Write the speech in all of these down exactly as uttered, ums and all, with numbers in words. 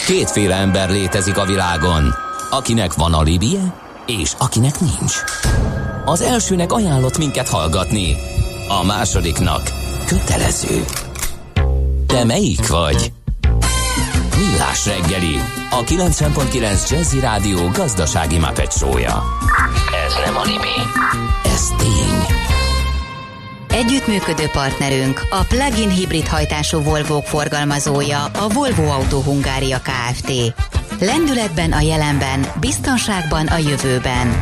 Kétféle ember létezik a világon, akinek van alibije, és akinek nincs. Az elsőnek ajánlott minket hallgatni, a másodiknak kötelező. Te melyik vagy? Millás reggeli, a kilencven pont kilenc Jazzy Rádió gazdasági Muppet show-ja. Ez nem anime, ez tény. Együttműködő partnerünk a plug-in hibrid hajtású Volvo forgalmazója, a Volvo Autó Hungária Kft. Lendületben a jelenben, biztonságban a jövőben.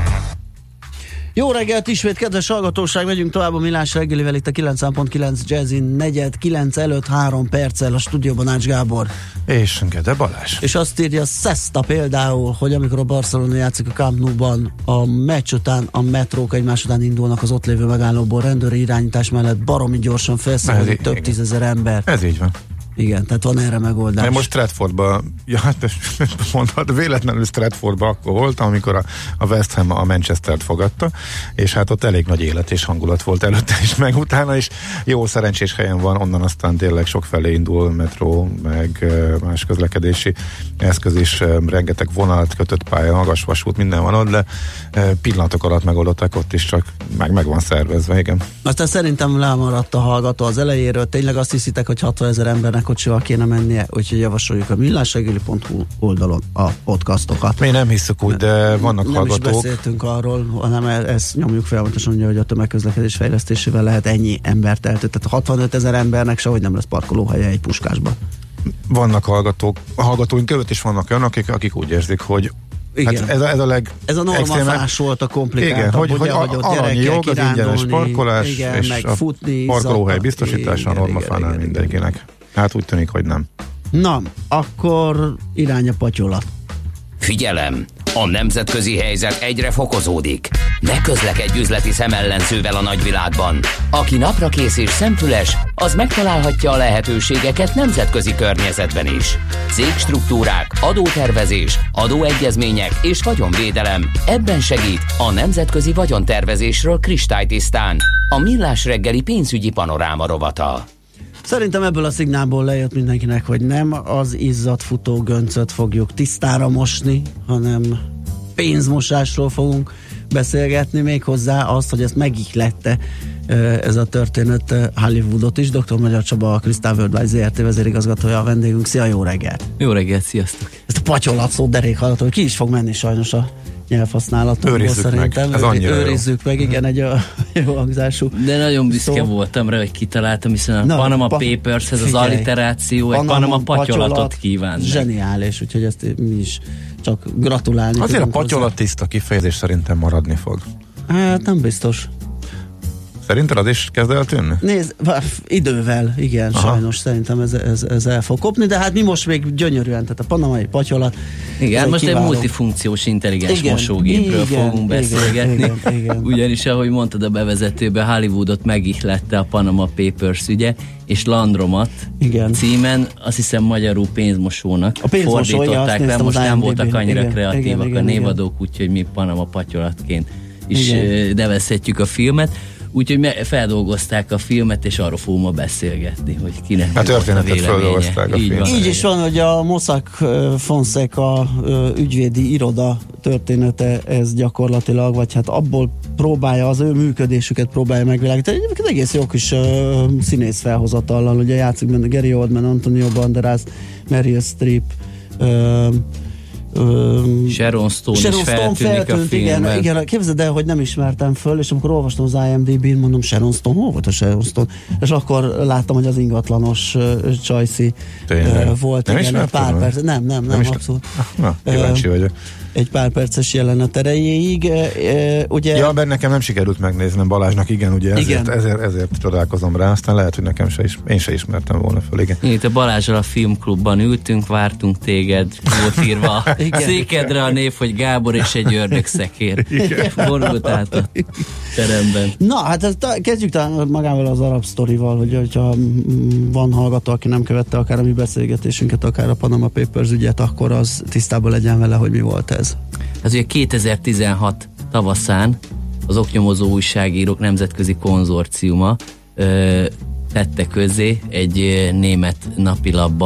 Jó reggelt ismét, kedves hallgatóság, megyünk tovább a Millás reggelivel itt a kilencven pont kilenc Jazzin, negyed kilenc előtt három perccel a stúdióban Ács Gábor. És Gede Balázs. És azt írja Szeszta például, hogy amikor a Barcelona játszik a Camp Nou-ban, a meccs után a metrók egymás után indulnak az ott lévő megállóból, rendőri irányítás mellett baromi gyorsan felszabadít több tízezer ember. Ez így van. Igen, tehát van erre megoldás. Mert most Stratfordban, ja hát mondhat, véletlenül Stratfordban akkor voltam, amikor a, a West Ham a Manchestert fogadta, és hát ott elég nagy élet és hangulat volt előtte is, meg utána is. Jó, szerencsés helyen van, onnan aztán tényleg sok felé indul metró, meg más közlekedési eszköz is, rengeteg vonalt, kötött pálya, magas vasút, minden van ott, de pillanatok alatt megoldották ott is, csak meg, meg van szervezve, igen. Aztán szerintem lemaradt a hallgató az elejéről, tényleg azt hiszitek, hogy hatvanezer embernek kocsival kéne mennie, úgyhogy javasoljuk a millásreggeli pont hu oldalon a podcastokat. Mi nem hiszük úgy, de vannak nem hallgatók. Nem is beszéltünk arról, hanem ezt nyomjuk folyamatosan, mondja, hogy a tömegközlekedés fejlesztésével lehet ennyi embert eltölteni. Tehát hatvanötezer embernek sehogy nem lesz parkolóhelye egy Puskásban. Vannak hallgatók, a hallgatóink között is vannak olyanok, akik, akik úgy érzik, hogy igen. Hát ez, a, ez a leg ez a normafás volt a komplikáltabb, igen, hogy, ugye, hogy, hogy hogy alanyi jog, az ingyenes parkolás, igen, és meg a futni, parkolóhely biztosítása a normafánál mindenkinek. Hát úgy tűnik, hogy nem. Na, akkor irány a patyolat. Figyelem! A nemzetközi helyzet egyre fokozódik. Ne közlekedj üzleti szemellenzővel a nagyvilágban. Aki naprakész és szemfüles, az megtalálhatja a lehetőségeket nemzetközi környezetben is. Cégstruktúrák, adótervezés, adóegyezmények és vagyonvédelem. Ebben segít a nemzetközi vagyontervezésről kristálytisztán a Millás reggeli pénzügyi panoráma rovata. Szerintem ebből a szignálból lejött mindenkinek, hogy nem az izzadfutó göncöt fogjuk tisztára mosni, hanem pénzmosásról fogunk beszélgetni, még hozzá azt, hogy ezt megihlette ez a történet Hollywoodot is. doktor Magyar Csaba, a Crystal Worldwide zé er té vezérigazgatója a vendégünk. Szia, jó reggelt! Jó reggelt, sziasztok! Ezt a patyolat szót derék hallható, hogy ki is fog menni sajnos a nyelvhasználatomból. Őrizzük szerintem. meg, ez annyira Őrizzük jó. meg, igen, egy a jó hangzású. De nagyon büszke szó. voltam rá, hogy kitaláltam, hiszen a Na, Panama pa- Papershez az figyelj, alliteráció egy Panama patyolatot kíván. Zseniális, úgyhogy ezt mi is csak gratulálni. Azért a patyolat tiszta kifejezés szerintem maradni fog. Hát nem biztos. Szerinted az is kezd el tűnni? Nézd, idővel, igen, aha. Sajnos szerintem ez, ez, ez el fog kopni, de hát mi most még gyönyörűen, tehát a panamai patyolat. Igen, most kiváló. Egy multifunkciós intelligens igen, mosógépről igen, fogunk igen, beszélgetni. Igen, igen. Ugyanis, ahogy mondtad a bevezetőben, Hollywoodot megihlette a Panama Papers ügye, és Landromat igen. címen, azt hiszem magyarul pénzmosónak a pénzmosó, fordították igen, le, most nem voltak annyira igen, kreatívak igen, igen, a névadók, úgyhogy mi Panama patyolatként is igen. nevezhetjük a filmet. Úgyhogy feldolgozták a filmet, és arról fogunk ma beszélgetni, hogy kinek hát történetet feldolgozták a filmet. Így is van, hogy a Mossack Fonseca ügyvédi iroda története ez gyakorlatilag, vagy hát abból próbálja, az ő működésüket próbálja megvilágítani. Egyébként egész jó kis uh, színész felhozatallal, ugye játszik benne Gary Oldman, Antonio Banderas, Meryl Streep, uh, Um, Sharon Stone Sharon is Stone feltűnik feltűnt, a filmben. igen, igen, képzeld el, hogy nem ismertem föl, és amikor olvastam az I M D B-n, mondom, Sharon Stone, hol volt a Sharon Stone? És akkor láttam, hogy az ingatlanos uh, Csajci uh, volt, nem igen, egy pár perc, nem, nem, nem, nem abszolút. Na, kíváncsi vagyok. Egy pár perces jelenet erejéig. E, ugye... Ja, mert nekem nem sikerült megnéznem, Balázsnak, igen, ugye ezért, igen. ezért, ezért csodálkozom rá, aztán lehet, hogy nekem se is, én se ismertem volna föl, igen. Itt a Balázsral a filmklubban ültünk, vártunk téged, volt írva a székedre a név, hogy Gábor és egy ördögszekér. Fordult át a teremben. Na, hát ezt, kezdjük talán magával az arab sztorival, hogy, hogyha van hallgató, aki nem követte akár a mi beszélgetésünket, akár a Panama Papers ügyet, akkor az tisztában legyen vele, hogy mi volt ez. Ez ugye kétezer-tizenhat tavaszán az Oknyomozó Újságírók Nemzetközi Konzorciuma ö, tette közzé egy német napilapban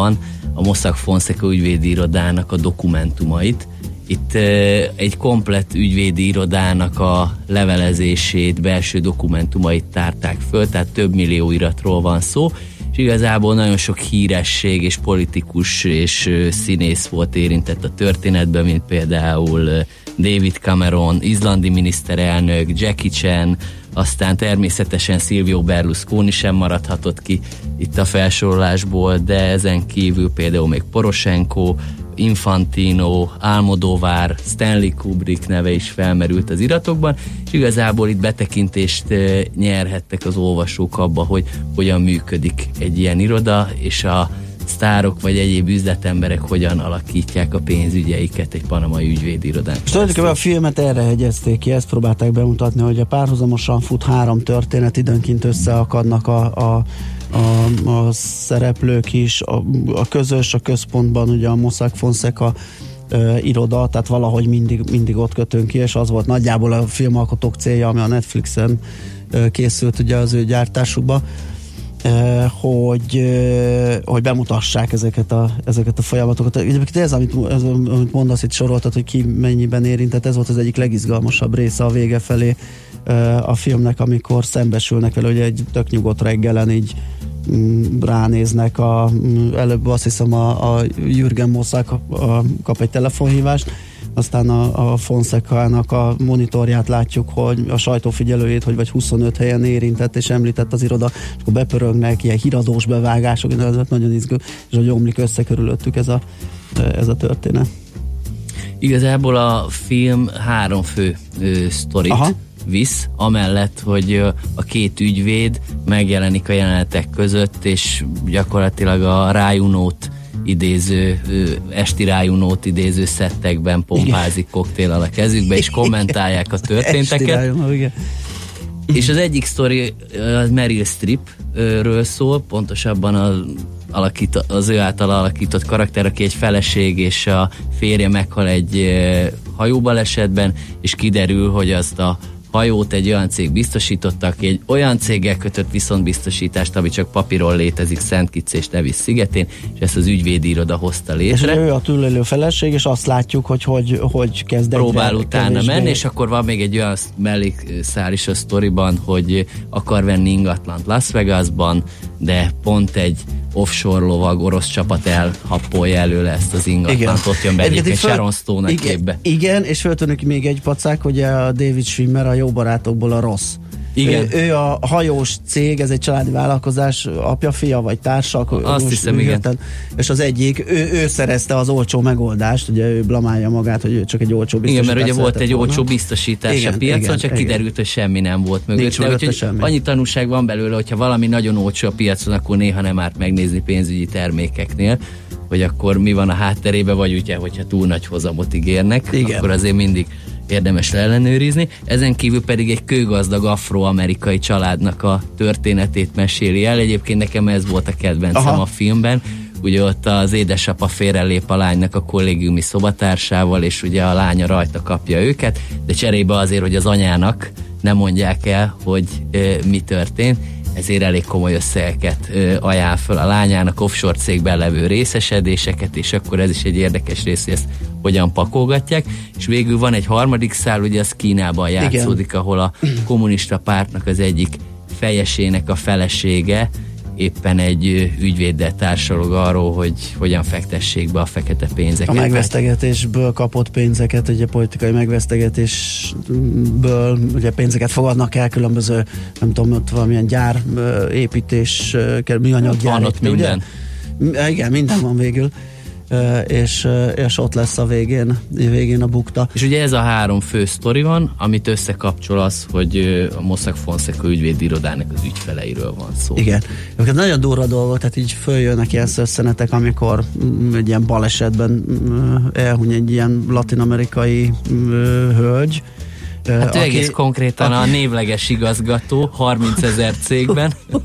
a Mossack Fonseca ügyvédi irodának a dokumentumait. Itt egy komplett ügyvédi irodának a levelezését, belső dokumentumait tárták föl, tehát több millió iratról van szó, és igazából nagyon sok híresség és politikus és színész volt érintett a történetben, mint például David Cameron, izlandi miniszterelnök, Jackie Chan, aztán természetesen Silvio Berlusconi sem maradhatott ki itt a felsorolásból, de ezen kívül például még Poroshenko, Infantino, Almodovar, Stanley Kubrick neve is felmerült az iratokban, és igazából itt betekintést nyerhettek az olvasók abba, hogy hogyan működik egy ilyen iroda, és a sztárok vagy egyéb üzletemberek hogyan alakítják a pénzügyeiket egy panamai ügyvédi irodán. És tulajdonképpen a filmet erre hegyezték ki, ezt próbálták bemutatni, hogy a párhuzamosan fut három történet, időnként összeakadnak a, a A, a szereplők is, a, a közös, a központban ugye a Mossack Fonseca e, iroda, tehát valahogy mindig, mindig ott kötünk ki, és az volt nagyjából a filmalkotók célja, ami a Netflixen e, készült ugye az ő gyártásukba, e, hogy, e, hogy bemutassák ezeket a, ezeket a folyamatokat. Egyébként ez, amit, ez, amit mondasz, itt soroltad, hogy ki mennyiben érintett, ez volt az egyik legizgalmasabb része a vége felé e, a filmnek, amikor szembesülnek vele, hogy egy tök nyugodt reggelen így ránéznek, a, előbb azt hiszem a, a Jürgen Mossack a, a, kap egy telefonhívást, aztán a, a Fonseca-nak a monitorját látjuk, hogy a sajtófigyelőjét, hogy vagy huszonöt helyen érintett és említett az iroda, és akkor bepörögnek ilyen híradós bevágások, ez nagyon izgő, és hogy omlik össze körülöttük ez a, ez a történet. Igazából a film három fő ö, sztorit Aha. visz, amellett, hogy a két ügyvéd megjelenik a jelenetek között, és gyakorlatilag a rájunót idéző, esti rájunót idéző szettekben pompázik koktéllal a kezükbe, és kommentálják a történteket. És az egyik sztori az Meryl Streepről szól, pontosabban az, alakít, az ő által alakított karakter, aki egy feleség, és a férje meghal egy hajóbalesetben, és kiderül, hogy azt a hajót egy olyan cég biztosította, aki egy olyan céggel kötött viszontbiztosítást, ami csak papíron létezik Szent Kitts és Nevis szigetén, és ezt az ügyvédi iroda hozta létre. És ő a túlélő feleség, és azt látjuk, hogy hogy, hogy kezd próbál utána kevésbé menni, és akkor van még egy olyan mellékszál is a sztoriban, hogy akar venni ingatlant Las Vegasban, de pont egy offshore lovag orosz csapat elhappolja előle ezt az ingatlant, ott jön be egyébként Sharon Stone-nak képbe. Igen, és föltűnik még egy pacák, hogy a David Schwimmer a Jó barátokból a rossz. Igen. Ő, ő a hajós cég, ez egy családi vállalkozás, apja, fia vagy társak. Azt hiszem, igen. És az egyik, ő, ő szerezte az olcsó megoldást, ugye ő blamálja magát, hogy ő csak egy olcsó biztosítás. Igen, mert ugye volt egy volna. olcsó biztosítás igen, a piacon, igen, csak igen. kiderült, hogy semmi nem volt mögötte. Úgyhogy annyi tanúság van belőle, hogyha valami nagyon olcsó a piacon, akkor néha nem árt megnézni pénzügyi termékeknél, hogy akkor mi van a hátterében, vagy ugye, hogyha túl nagy hozamot ígérnek, igen. akkor azért mindig érdemes ellenőrizni. Ezen kívül pedig egy kőgazdag afroamerikai családnak a történetét meséli el. Egyébként nekem ez volt a kedvencem Aha. a filmben. Ugye ott az édesapa félrelép a lánynak a kollégiumi szobatársával, és ugye a lánya rajta kapja őket, de cserébe azért, hogy az anyának nem mondják el, hogy e, mi történt, ezért elég komoly összegeket ö, ajánl föl a lányának, offshore cégben levő részesedéseket, és akkor ez is egy érdekes rész, hogy ezt hogyan pakolgatják, és végül van egy harmadik szál, ugye az Kínában játszódik, igen. ahol a kommunista pártnak az egyik fejesének a felesége éppen egy ügyvéddel társalog arról, hogy hogyan fektessék be a fekete pénzeket. A megvesztegetésből kapott pénzeket, ugye politikai megvesztegetésből ugye pénzeket fogadnak el, különböző, nem tudom, ott valamilyen gyár építés, műanyaggyár. Van ott minden. Ugye? Igen, minden van végül. És, és ott lesz a végén, végén a bukta. És ugye ez a három fő sztori van, amit összekapcsol az, hogy a Mossack Fonseca ügyvédi irodának az ügyfeleiről van szó. Igen. Őket nagyon durva dolgok, tehát így följönnek ilyen szösszenetek, amikor egy ilyen balesetben elhuny egy ilyen latin-amerikai hölgy. Hát aki, egész konkrétan aki... a névleges igazgató harmincezer cégben,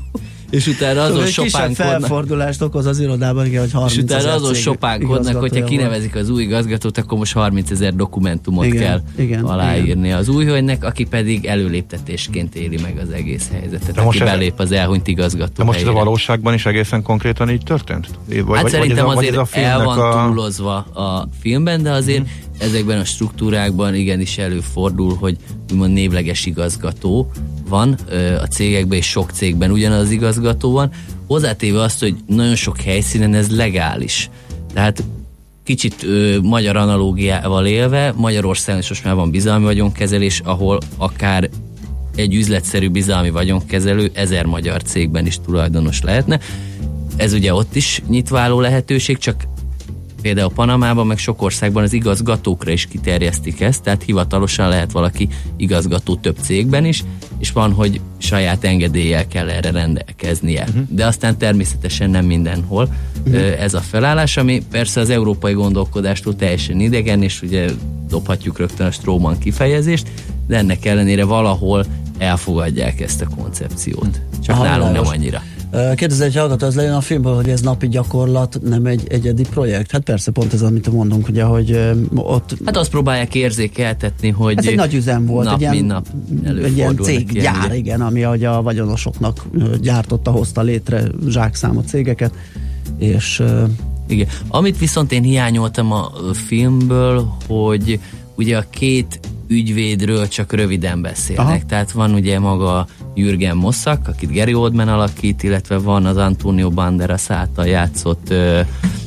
És utána azon sopánkodnak. Felfordulást okoz az irodában, igen, hogy harminc. És utána azon sopánkodnak, hogyha kinevezik az új igazgatót, akkor most harmincezer dokumentumot igen, kell igen, aláírni igen. az új hölgynek, aki pedig előléptetésként éli meg az egész helyzetet, de aki belép az elhunyt igazgató De most helyére. ez a valóságban is egészen konkrétan így történt? Vagy, hát vagy, szerintem vagy azért a el van a... túlozva a filmben, de azért hmm. ezekben a struktúrákban igenis előfordul, hogy úgymond névleges igazgató van a cégekben, és sok cégben ugyanaz az igazgató van, hozzátéve azt, hogy nagyon sok helyszínen ez legális. Tehát kicsit ö, magyar analógiával élve, Magyarországon is most már van bizalmi vagyonkezelés, ahol akár egy üzletszerű bizalmi vagyonkezelő ezer magyar cégben is tulajdonos lehetne. Ez ugye ott is nyitváló lehetőség, csak például Panamában, meg sok országban az igazgatókra is kiterjesztik ezt, tehát hivatalosan lehet valaki igazgató több cégben is, és van, hogy saját engedéllyel kell erre rendelkeznie. Uh-huh. De aztán természetesen nem mindenhol uh-huh. ez a felállás, ami persze az európai gondolkodástól teljesen idegen, és ugye dobhatjuk rögtön a Stroman kifejezést, de ennek ellenére valahol elfogadják ezt a koncepciót. Csak Aha, nálunk nem annyira. Kérdezz egy hallgató, az legyen a filmből, hogy ez napi gyakorlat, nem egy egyedi projekt. Hát persze, pont ez, amit mondunk, ugye, hogy ott... Hát azt próbálják érzékeltetni, hogy... Ez egy nagy üzem volt, nap, egy ilyen, nap egy ilyen céggyár, igen, ami a vagyonosoknak gyártotta, hozta létre zsákszámú cégeket, és... Igen. Amit viszont én hiányoltam a filmből, hogy ugye a két ügyvédről csak röviden beszélnek. Aha. Tehát van ugye maga Jürgen Mossack, akit Gary Oldman alakít, illetve van az Antonio Banderas által játszott ö,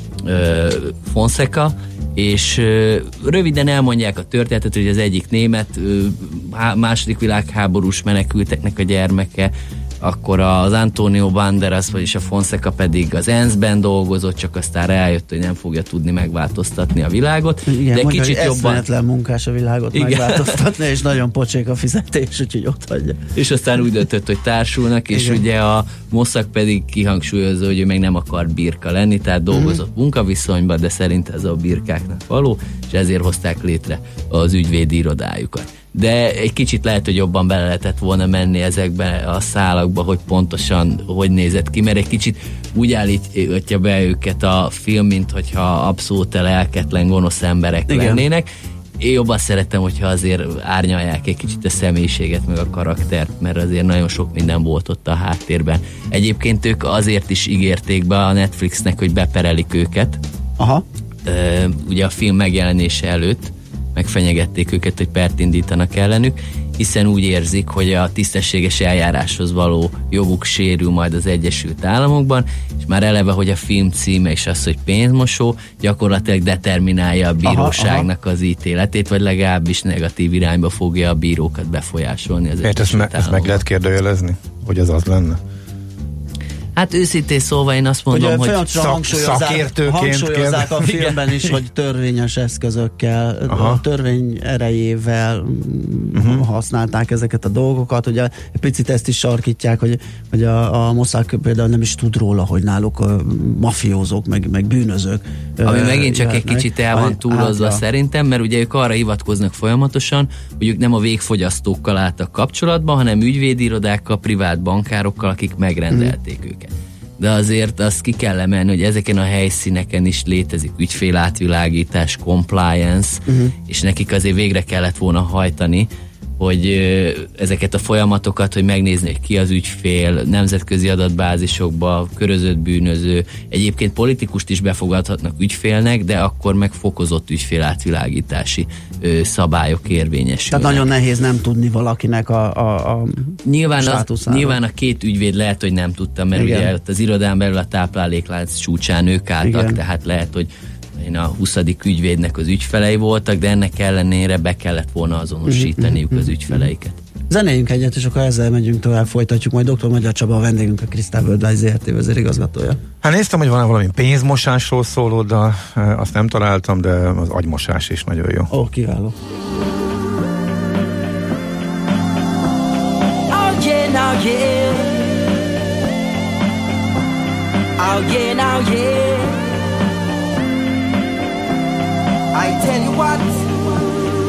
ö, Fonseca, és ö, röviden elmondják a történetet, hogy az egyik német ö, há, második világháborús menekülteknek a gyermeke, akkor az Antonio Banderas, vagyis a Fonseca pedig az e en es-ben dolgozott, csak aztán rájött, hogy nem fogja tudni megváltoztatni a világot. Igen, de mondja, kicsit hogy jobban... eszméletlen munkás a világot igen. megváltoztatni, és nagyon pocsék a fizetés, úgyhogy ott hagyja. És aztán úgy döntött, hogy társulnak, és igen. ugye a Mossack pedig kihangsúlyozza, hogy ő még nem akar birka lenni, tehát dolgozott mm. munkaviszonyban, de szerint ez a birkáknak való, és ezért hozták létre az ügyvédi irodájukat. De egy kicsit lehet, hogy jobban bele lehetett volna menni ezekbe a szálakba, hogy pontosan hogy nézett ki, mert egy kicsit úgy állítja be őket a film, mint hogyha abszolút lelketlen, gonosz emberek igen. lennének. Én jobban szerettem, hogyha azért árnyalják egy kicsit a személyiséget, meg a karaktert, mert azért nagyon sok minden volt ott a háttérben. Egyébként ők azért is ígérték be a Netflixnek, hogy beperelik őket. Aha. Ö, ugye a film megjelenése előtt megfenyegették őket, hogy pert indítanak ellenük, hiszen úgy érzik, hogy a tisztességes eljáráshoz való joguk sérül majd az Egyesült Államokban, és már eleve, hogy a film címe és az, hogy pénzmosó, gyakorlatilag determinálja a bíróságnak aha, aha. az ítéletét, vagy legalábbis negatív irányba fogja a bírókat befolyásolni. Az ezt, me- ezt meg lehet kérdőjelezni, hogy ez az lenne? Hát őszintén szóval én azt mondom, hogy, hogy szak, hangsúlyozzák, hangsúlyozzák a filmben is, hogy törvényes eszközökkel, aha. a törvény erejével uh-huh. használták ezeket a dolgokat. Ugye egy picit ezt is sarkítják, hogy, hogy a, a Mossack például nem is tud róla, hogy náluk a mafiózók, meg, meg bűnözők. Ami megint csak egy kicsit el van túlozva hát, szerintem, mert ugye ők arra hivatkoznak folyamatosan, hogy ők nem a végfogyasztókkal álltak kapcsolatban, hanem ügyvédirodákkal, privát bankárokkal, akik megrendelték uh-huh. őket. De azért azt ki kell emelni, hogy ezeken a helyszíneken is létezik ügyfélátvilágítás, compliance, uh-huh. és nekik azért végre kellett volna hajtani, hogy ezeket a folyamatokat, hogy megnézni, hogy ki az ügyfél, nemzetközi adatbázisokba, körözött bűnöző, egyébként politikust is befogadhatnak ügyfélnek, de akkor meg fokozott ügyfélátvilágítási ö, szabályok érvényesülnek. Tehát nagyon nehéz nem tudni valakinek a, a, a nyilván, az, nyilván a két ügyvéd lehet, hogy nem tudta, mert igen. ugye ott az irodán belül a tápláléklánc csúcsán ők álltak, igen. tehát lehet, hogy én a huszadik ügyvédnek az ügyfelei voltak, de ennek ellenére be kellett volna azonosítaniuk az ügyfeleiket. Zenéljünk egyet, és akkor ezzel megyünk tovább, folytatjuk, majd doktor Magyar Csaba a vendégünk, a Crystal Worldwide zé er té vezérigazgatója. Hát néztem, hogy van valami pénzmosásról szóló, de azt nem találtam, de az agymosás is nagyon jó. Ó, kiváló. Oh yeah, now yeah. Oh yeah, now yeah. I tell you what,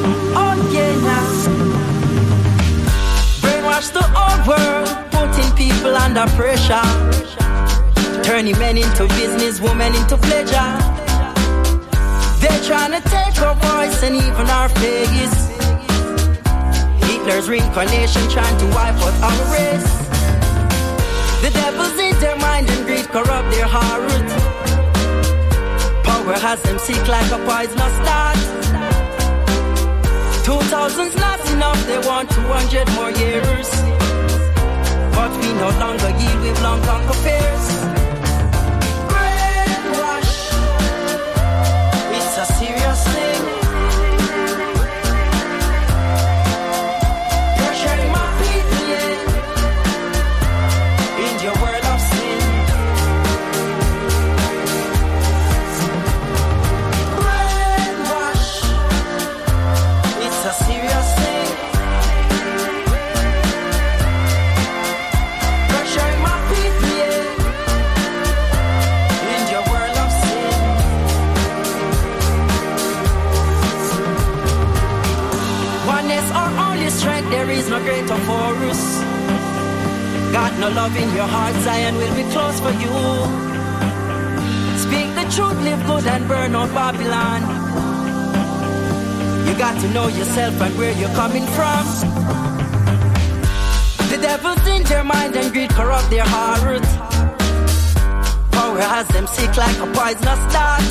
oh yeah now. Brainwash the old world, putting people people under pressure, turning men into business, women into pleasure. They're trying to take our voice and even our face. Hitler's reincarnation trying to wipe out our race. The devil's in their mind and greed corrupt their heart. Power has them sick like a poisonous dart. Two thousand's not enough, they want two hundred more years. But we no longer yield with long conquer fears. Brainwash, it's a serious thing. Pressuring my people, yeah, in your world of sin. Brainwash, it's a serious thing. Pressuring my people, yeah, in your world of sin. Oneness our only strength, there is no greater for us. Got no love in your heart, Zion will be close for you. Speak the truth, live good and burn out Babylon. You got to know yourself and where you're coming from. The devil's in their mind and greed corrupt their heart. Power has them sick like a poisonous dart.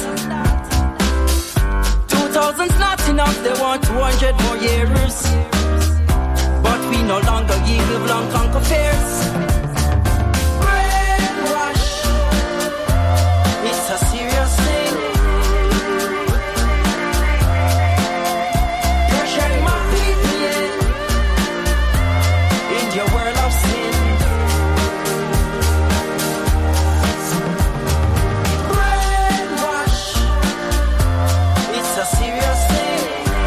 Two thousand's not enough, they want two hundred more years. But we no longer give with long conquer fears. Brainwash, it's a serious thing. Pressuring my people, yeah, in your world of sin. Brainwash, it's a serious thing.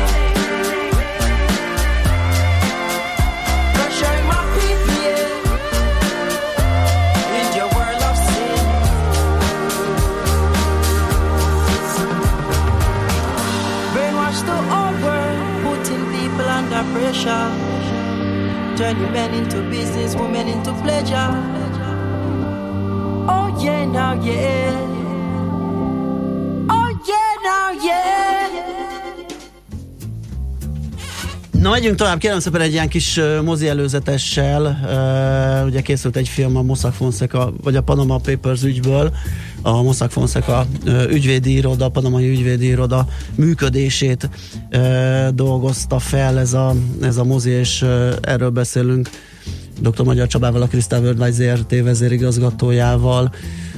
Pressuring my people, yeah, in your world of sin. Brainwash the whole world, putting people under pressure, turning men into business, women into pleasure. Oh yeah, now yeah. Oh yeah, now yeah. Na, megyünk tovább, kérem szépen egy ilyen kis uh, mozi előzetessel. Uh, ugye készült egy film a Mossack Fonseca, vagy a Panama Papers ügyből. A Mossack Fonseca uh, ügyvédi iroda, panamai ügyvédi iroda működését uh, dolgozta fel ez a, ez a mozi, és uh, erről beszélünk doktor Magyar Csabával, a Crystal Worldwide zé er té vezérigazgatójával.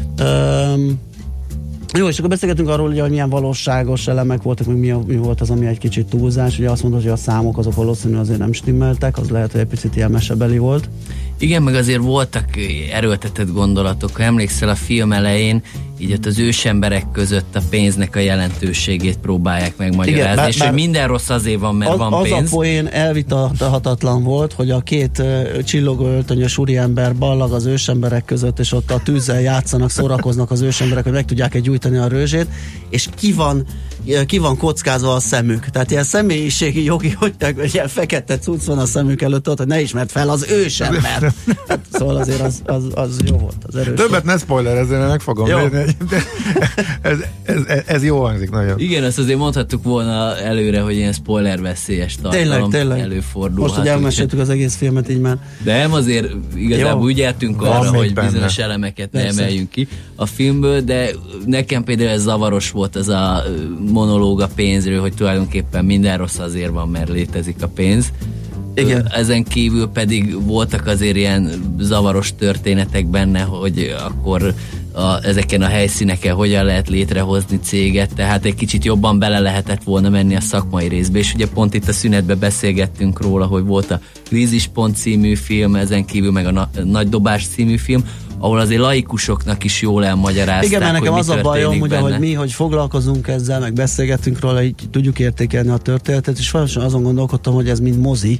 Um, Jó, és akkor beszélgetünk arról, ugye, hogy milyen valóságos elemek voltak, meg mi, a, mi volt az, ami egy kicsit túlzás. Ugye azt mondod, hogy a számok azok valószínűleg azért nem stimmeltek, az lehet, hogy egy picit ilyen mesebeli volt. Igen, meg azért voltak erőltetett gondolatok. Ha emlékszel, a film elején így ott az ősemberek között a pénznek a jelentőségét próbálják megmagyarázni, igen, bár, és bár hogy minden rossz azért van, mert az, van az pénz. Az a poén elvitathatatlan volt, hogy a két uh, csillogó öltönyös úriember ballag az ősemberek között, és ott a tűzzel játszanak, szórakoznak az ősemberek, hogy meg tudják-e gyújtani a rőzsét, és ki van ki van kockázva a szemük. Tehát ilyen személyiségi jogi, hogy egy ilyen fekete cucc van a szemük előtt, ott, hogy ne ismert fel az ősember. Hát, szóval azért az, az, az jó volt, az erős. Többet ne spoilerezzél, mert meg fogom nézni. Ez, ez, ez, ez jó hangzik nagyon. Igen, ezt azért mondhattuk volna előre, hogy ilyen spoiler veszélyes tartalom előfordulhat. Most, hogy elmeséltük az egész filmet, így már. De nem, azért igazából jó, úgy jártunk arra, hogy benne bizonyos elemeket ne emeljünk ki a filmből, de nekem például ez zavaros volt, ez a monológ a pénzről, hogy tulajdonképpen minden rossz azért van, mert létezik a pénz. Igen. Ezen kívül pedig voltak azért ilyen zavaros történetek benne, hogy akkor a, ezeken a helyszíneken hogyan lehet létrehozni céget, tehát egy kicsit jobban bele lehetett volna menni a szakmai részbe, és ugye pont itt a szünetben beszélgettünk róla, hogy volt a Krízispont című film, ezen kívül meg a Na- Nagy Dobás című film, ahol azért laikusoknak is jól elmagyarázták, igen, mert nekem hogy az a bajom, ugye, hogy mi, hogy foglalkozunk ezzel, meg beszélgettünk róla, így tudjuk értékelni a történetet, és valószínűleg azon gondolkodtam, hogy ez mind mozi,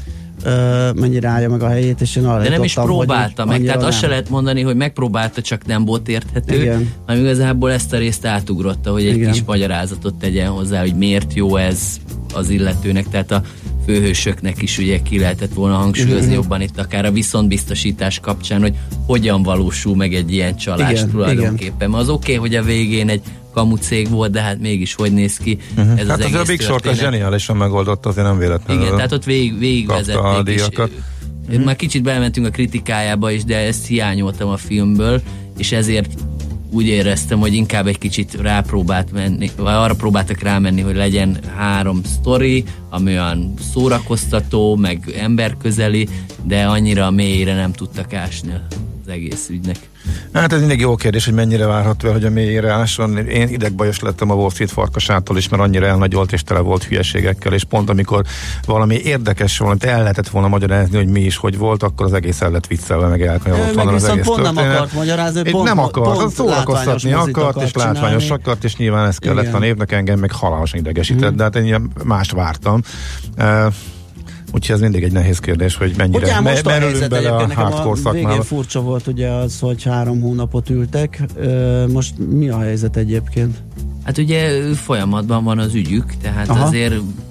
Uh, mennyire állja meg a helyét, és én arra de nem is próbálta meg, tehát nem. Azt se lehet mondani, hogy megpróbálta, csak nem volt érthető, igen, hanem igazából ezt a részt átugrotta, hogy egy igen. kis magyarázatot tegyen hozzá, hogy miért jó ez az illetőnek, tehát a főhősöknek is ugye ki lehetett volna hangsúlyozni uh-huh. jobban itt akár a viszontbiztosítás kapcsán, hogy hogyan valósul meg egy ilyen csalás igen, tulajdonképpen. Igen. Az oké, okay, hogy a végén egy kamu cég volt, de hát mégis hogy néz ki uh-huh. ez hát az, az egész a Big Short a zseniálisan megoldott, azért nem véletlenül. Igen, tehát ott vég, végigvezették is. Uh-huh. Már kicsit belementünk a kritikájába is, de ezt hiányoltam a filmből, és ezért úgy éreztem, hogy inkább egy kicsit rápróbált menni, vagy arra próbáltak rámenni, hogy legyen három sztori, ami olyan szórakoztató, meg emberközeli, de annyira mélyre nem tudtak ásni az egész ügynek. Hát ez mindig jó kérdés, hogy mennyire várható el, hogy a mélyére ásson. Én idegbajos lettem a Wall Street farkasától is, mert annyira elnagyolt és tele volt hülyeségekkel, és pont amikor valami érdekes valamit el lehetett volna magyarázni, hogy mi is, hogy volt, akkor az egész el lett viccelve, meg elkanyarodott volna az egész pont történet. Nem akart magyarázni, pont, nem akart, pont szórakoztatni akart, és látványos akart, és nyilván ez kellett a névnek, engem meg halálosan idegesített, mm. de hát én mást vártam. Uh, Úgyhogy ez mindig egy nehéz kérdés, hogy mennyire me- merülünk bele a hardcore szakmába. Végén furcsa volt ugye az, hogy három hónapot ültek. Most mi a helyzet egyébként? Hát ugye folyamatban van az ügyük, tehát Aha. azért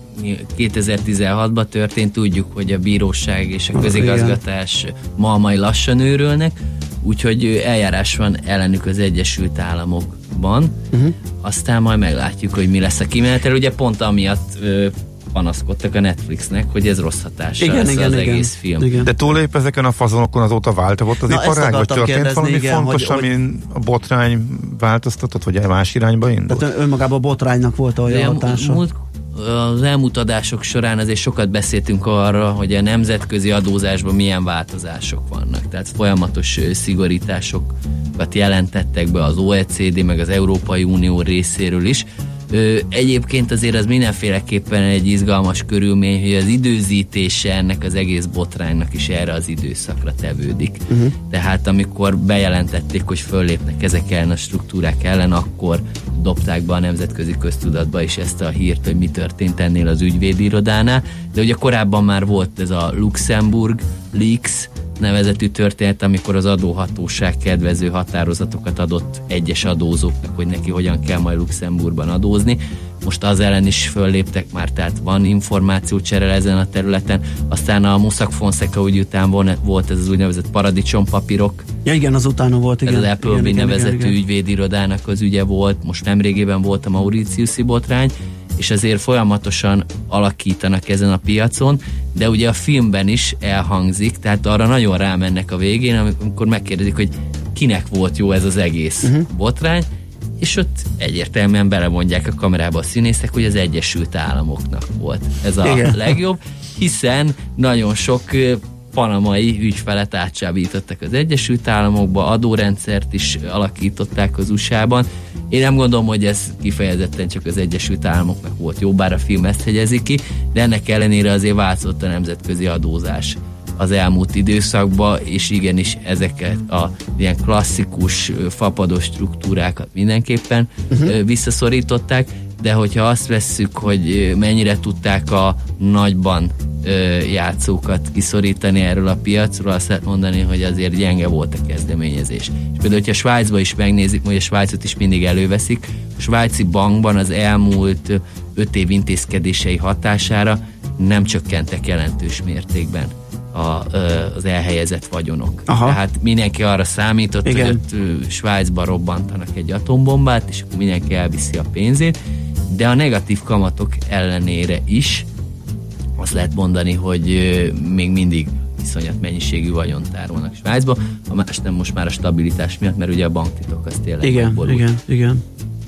kétezer-tizenhatban történt, tudjuk, hogy a bíróság és a közigazgatás ma majd lassan őrölnek, úgyhogy eljárás van ellenük az Egyesült Államokban. Uh-huh. Aztán majd meglátjuk, hogy mi lesz a kimenetel. Ugye pont amiatt panaszkodtak a Netflixnek, hogy ez rossz hatással igen, lesz igen, az igen, egész film. Igen. De túlép ezeken a fazonokon azóta változott az iparág, vagy történt valami igen, fontos, hogy, amin a botrány változtatott, vagy más irányba indult? Tehát önmagában a botránynak volt olyan hatása? Múlt, az elmúlt adások során azért sokat beszéltünk arra, hogy a nemzetközi adózásban milyen változások vannak. Tehát folyamatos szigorításokat jelentettek be az o e cé dé, meg az Európai Unió részéről is. Ö, egyébként azért az mindenféleképpen egy izgalmas körülmény, hogy az időzítése ennek az egész botránynak is erre az időszakra tevődik. Uh-huh. Tehát amikor bejelentették, hogy föllépnek ezek ellen a struktúrák ellen, akkor dobták be a nemzetközi köztudatba is ezt a hírt, hogy mi történt ennél az ügyvédirodánál. De ugye korábban már volt ez a Luxemburg Leaks nevezetű történet, amikor az adóhatóság kedvező határozatokat adott egyes adózóknak, hogy neki hogyan kell majd Luxemburgban adózni. Most az ellen is fölléptek már, tehát van információcsere ezen a területen. Aztán a Mossack Fonseca ügy után volt ez az úgynevezett paradicsompapírok. Ja igen, az utána volt, igen. Ez az Appleby nevezetű ügyvédirodának az ügye volt. Most nemrégében volt a Mauritius-i botrány, és azért folyamatosan alakítanak ezen a piacon, de ugye a filmben is elhangzik, tehát arra nagyon rámennek a végén, amikor megkérdezik, hogy kinek volt jó ez az egész uh-huh. botrány, és ott egyértelműen belemondják a kamerába a színészek, hogy az Egyesült Államoknak volt ez a Igen. legjobb, hiszen nagyon sok panamai ügyfelet átcsábítottak az Egyesült Államokba, adórendszert is alakították az u es á-ban. Én nem gondolom, hogy ez kifejezetten csak az Egyesült Államoknak volt jó, bár a film ezt hegyezi ki, de ennek ellenére azért változott a nemzetközi adózás az elmúlt időszakban, és igenis ezeket a ilyen klasszikus fapados struktúrákat mindenképpen uh-huh. visszaszorították, de hogyha azt vesszük, hogy mennyire tudták a nagyban játszókat kiszorítani erről a piacról, azt lehet mondani, hogy azért gyenge volt a kezdeményezés. És például, hogyha Svájcban is megnézik, hogy a Svájcot is mindig előveszik, a svájci bankban az elmúlt öt év intézkedései hatására nem csökkentek jelentős mértékben a, az elhelyezett vagyonok. Aha. Tehát mindenki arra számított, Igen. hogy ott Svájcban robbantanak egy atombombát, és akkor mindenki elviszi a pénzét, de a negatív kamatok ellenére is azt lehet mondani, hogy még mindig iszonyat mennyiségű vagyont tárolnak Svájcba, a más nem most már a stabilitás miatt, mert ugye a banktitok az tényleg igen, borul. igen, igen.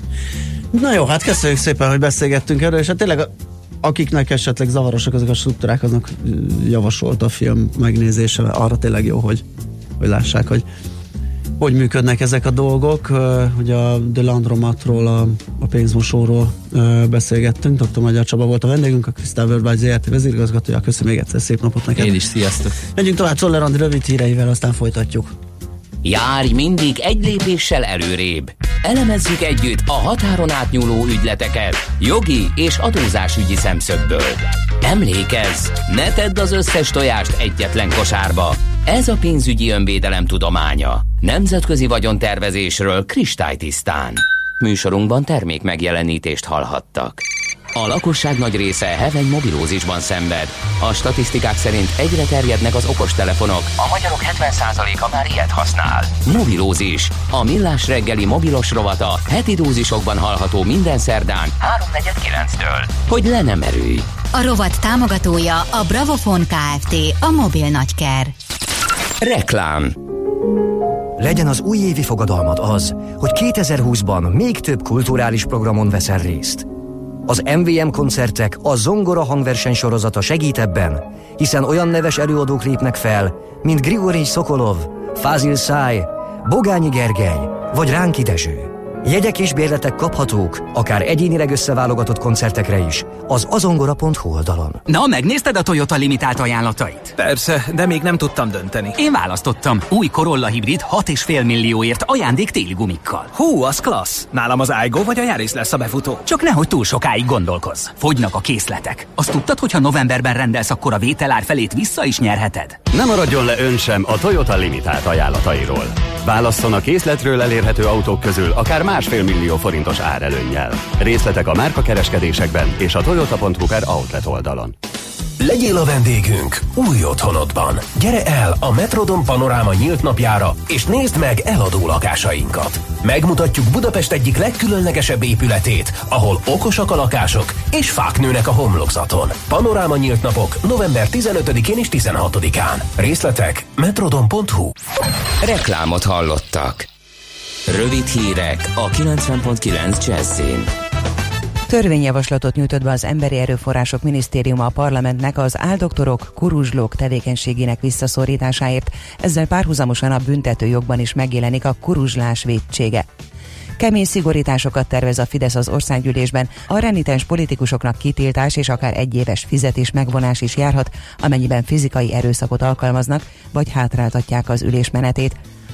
Na jó, hát köszönjük szépen, hogy beszélgettünk erről, és hát tényleg akiknek esetleg zavarosak ezek a struktúrák, aznak javasolt a film megnézése, arra tényleg jó, hogy, hogy lássák, hogy hogy működnek ezek a dolgok. Ugye a The Landromatról, a, a pénzmosóról beszélgettünk. doktor Magyar Csaba volt a vendégünk, a Crystal Worldwide zé er té vezérigazgatója. Köszönöm még egyszer, szép napot neked. Én is, sziasztok. Megyünk tovább Czoller Andi rövid híreivel, aztán folytatjuk. Járj mindig egy lépéssel előrébb. Elemezzük együtt a határon átnyúló ügyleteket jogi és adózásügyi szemszögből. Emlékezz, ne tedd az összes tojást egyetlen kosárba. Ez a pénzügyi önvédelem tudománya. Nemzetközi vagyontervezésről kristálytisztán. Műsorunkban termék megjelenítést hallhattak. A lakosság nagy része heveny mobilózisban szenved. A statisztikák szerint egyre terjednek az okostelefonok. A magyarok hetven százaléka már ilyet használ. Mobilózis. A Millás reggeli mobilos rovata heti dózisokban hallható minden szerdán háromnegyed kilenctől. Hogy le nem erőj. A rovat támogatója a Bravofon Kft. A mobil nagyker. Reklám. Legyen az újévi fogadalmad az, hogy kétezer-húszban még több kulturális programon veszel részt. Az em vé em koncertek a Zongora hangverseny sorozata segít ebben, hiszen olyan neves előadók lépnek fel, mint Grigorij Szokolov, Fázil Száj, Bogányi Gergely vagy Ránki Dezső. Jegyek és bérletek kaphatók, akár egyénileg összeválogatott koncertekre is, az azongora pont hu oldalon. Na, megnézted a Toyota limitált ajánlatait? Persze, de még nem tudtam dönteni. Én választottam. Új Corolla hibrid hat és fél millióért ajándék téli gumikkal. Hú, az klassz! Nálam az Aygo vagy a Yaris lesz a befutó. Csak nehogy túl sokáig gondolkozz. Fogynak a készletek. Azt tudtad, hogy ha novemberben rendelsz, akkor a vételár felét vissza is nyerheted? Nem maradjon le ön sem a Toyota limitált ajánlatairól. Válasszon a készletről elérhető autók közül akár másfél millió forintos árelőnnyel. Részletek a márkakereskedésekben és a toyota pont hu per outlet oldalon. Legyél a vendégünk új otthonodban. Gyere el a Metrodon Panoráma nyílt napjára, és nézd meg eladó lakásainkat. Megmutatjuk Budapest egyik legkülönlegesebb épületét, ahol okosak a lakások, és fák nőnek a homlokzaton. Panoráma nyílt napok november tizenötödikén és tizenhatodikán. Részletek metrodon pont hu. Reklámot hallottak. Rövid hírek a kilencven pont kilenc Jazzin. Törvényjavaslatot nyújtott be az Emberi Erőforrások Minisztériuma a parlamentnek az áldoktorok, kuruzslók tevékenységének visszaszorításáért, ezzel párhuzamosan a büntetőjogban is megjelenik a kuruzslás vétsége. Kemény szigorításokat tervez a Fidesz az országgyűlésben, a renitens politikusoknak kitiltás és akár egyéves fizetés megvonás is járhat, amennyiben fizikai erőszakot alkalmaznak, vagy hátráltatják az ülés menetét.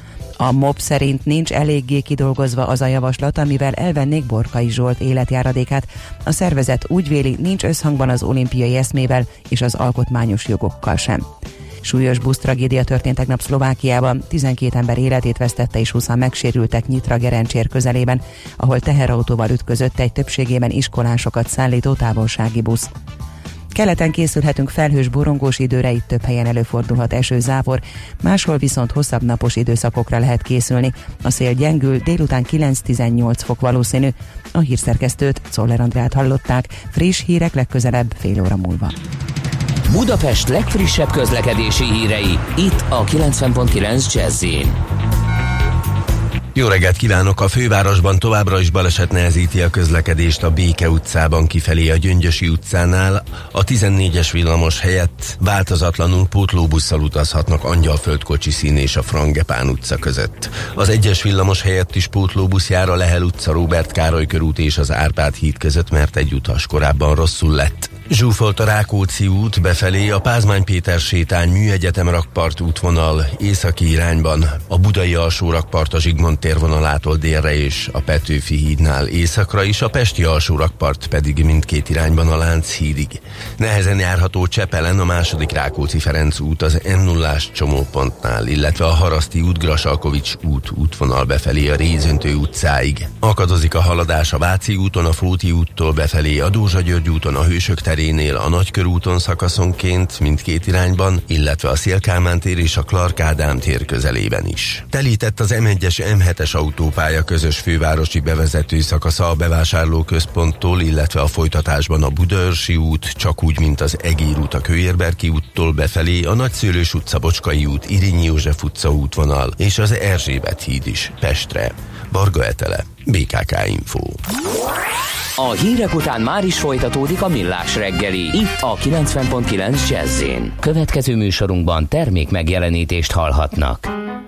A MOP szerint nincs eléggé kidolgozva az a javaslat, amivel elvennék Borkai Zsolt életjáradékát. A szervezet úgy véli, nincs összhangban az olimpiai eszmével és az alkotmányos jogokkal sem. Súlyos busztragédia történt tegnap Szlovákiában, tizenkét ember életét vesztette és húszan megsérültek Nyitra-Gerencsér közelében, ahol teherautóval ütközött egy többségében iskolásokat szállító távolsági busz. Keleten készülhetünk felhős borongós időre, itt több helyen előfordulhat eső-zápor, máshol viszont hosszabb napos időszakokra lehet készülni. A szél gyengül, délután kilenc-tizennyolc fok valószínű. A hírszerkesztőt, Czoller Andrát hallották, friss hírek legközelebb fél óra múlva. Budapest legfrissebb közlekedési hírei, itt a kilencven pont kilenc Jazzin. Jó reggelt kívánok! A fővárosban továbbra is baleset nehezíti a közlekedést a Béke utcában kifelé a Gyöngyösi utcánál. A tizennégyes villamos helyett változatlanul pótlóbusszal utazhatnak Angyalföld kocsiszín és a Frangepán utca között. Az egyes villamos helyett is pótlóbusz jár a Lehel utca, Róbert Károly körút és az Árpád híd között, mert egy utas korábban rosszul lett. Zsúfolt a Rákóczi út befelé, a Pázmány Péter sétány, Műegyetem rakpart útvonal északi irányban, a Budai alsó rakpart a Zsigmond térvonalától délre és a Petőfi hídnál északra is, a Pesti alsó rakpart pedig mindkét irányban a Lánchídig. Nehezen járható Csepelen a második Rákóczi-Ferenc út az em nullás csomópontnál, illetve a Haraszti út, Grasalkovics út útvonal befelé a Rézöntő utcáig. Akadozik a haladás a Váci úton, a Fóti úttól befelé, a Dózsa György úton, a Hősök terénél, a Nagykörúton szakaszonként mindkét irányban, illetve a Széll-Kálmán tér és a Clark Ádám tér közelében is. Telített az em egyes em hetes autópálya közös fővárosi bevezető szakasza a bevásárlóközponttól, illetve a folytatásban a Budaörsi út, csak úgy, mint az Egér út a Kőérberki úttól befelé, a Nagyszőlős utca, Bocskai út, Irényi József utca útvonal és az Erzsébet híd is Pestre. Varga Etele, bé ká ká Info. A hírek után már is folytatódik a Millás reggeli, itt a kilencven pont kilenc Jazz-én. Következő műsorunkban termék megjelenítést hallhatnak.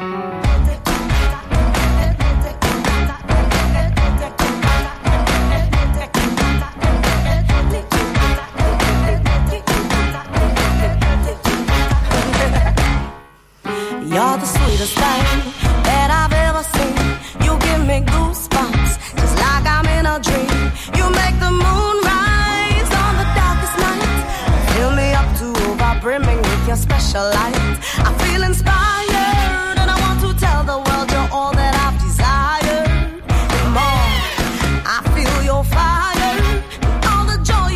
You're the sweetest thing that I've ever seen. You give me goosebumps, just like I'm in a dream. You make the moon rise on the darkest night. Fill me up to over-brimming with your special light. I feel inspired and I want to tell the world you're all that I've desired and more. I feel your fire and all the joy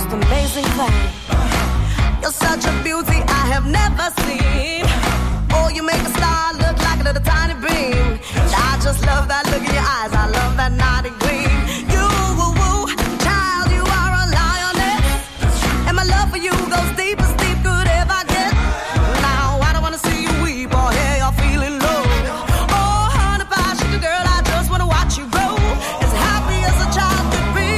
most amazing thing. You're such a beauty I have never seen. Oh, you make a star look like a little tiny beam. And I just love that look in your eyes. I love that naughty gleam. You, woo, woo, child, you are a lioness. And my love for you goes deep as deep could ever get. Now I don't wanna see you weep or hear you're feeling low. Oh, honey pie, sugar girl, I just wanna watch you grow as happy as a child could be.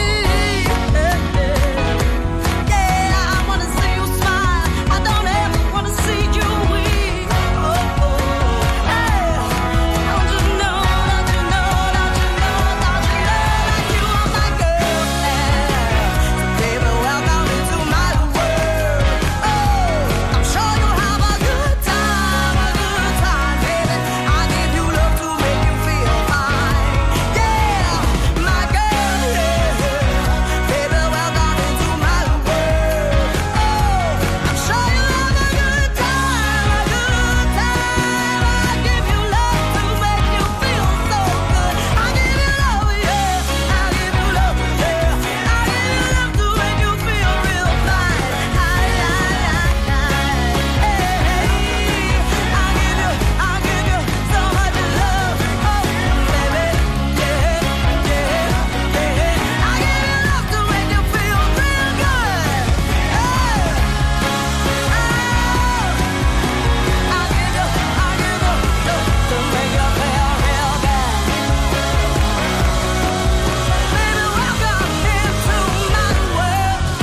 Yeah, I wanna see you smile. I don't ever wanna see you weep. Oh, oh, hey, don't you know, don't you know, don't you know, don't you know that you are my girl now? So baby, welcome into my world. Oh, I'm sure you'll have a good time, a good time, baby. I give you love to make you feel fine. Yeah, my girl, yeah. Baby, welcome into my world. Oh, I'm sure you'll have a good time, a good time. I give you love to make you feel so good. I give you love, yeah. I give you love, yeah. I give you love to make you feel real fine. I, I, I, I, hey, I give you, I give you so much love, oh baby, yeah, yeah, yeah. I give you love to make you feel real good. Hey, oh, I give you, I give you love to make you feel real good. Baby, welcome into my world.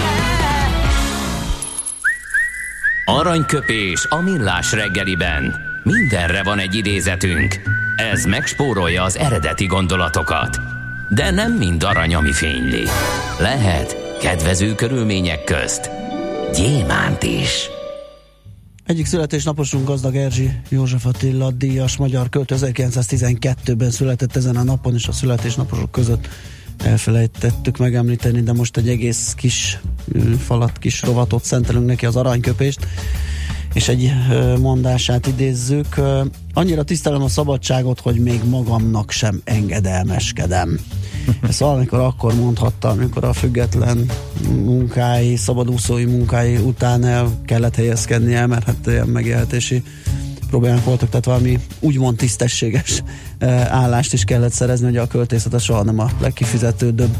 Aranyköpés a millás reggeliben. Mindenre van egy idézetünk. Ez megspórolja az eredeti gondolatokat. De nem mind arany, ami fényli. Lehet kedvező körülmények közt gyémánt is. Egyik születésnaposunk Gazdag Erzsi József Attila díjas magyar költő ezerkilencszáztizenkettőben született ezen a napon, és a születésnaposok között elfelejtettük megemlíteni, de most egy egész kis falat, kis rovatot szentelünk neki, az aranyköpést, és egy mondását idézzük. Annyira tisztelem a szabadságot, hogy még magamnak sem engedelmeskedem. Ezt valamikor akkor mondhatta, amikor a független munkái, szabadúszói munkái után el kellett helyezkednie, mert hát ilyen megélhetési problémák voltak, tehát valami úgymond tisztességes állást is kellett szerezni, hogy a költészet soha nem a legkifizetődőbb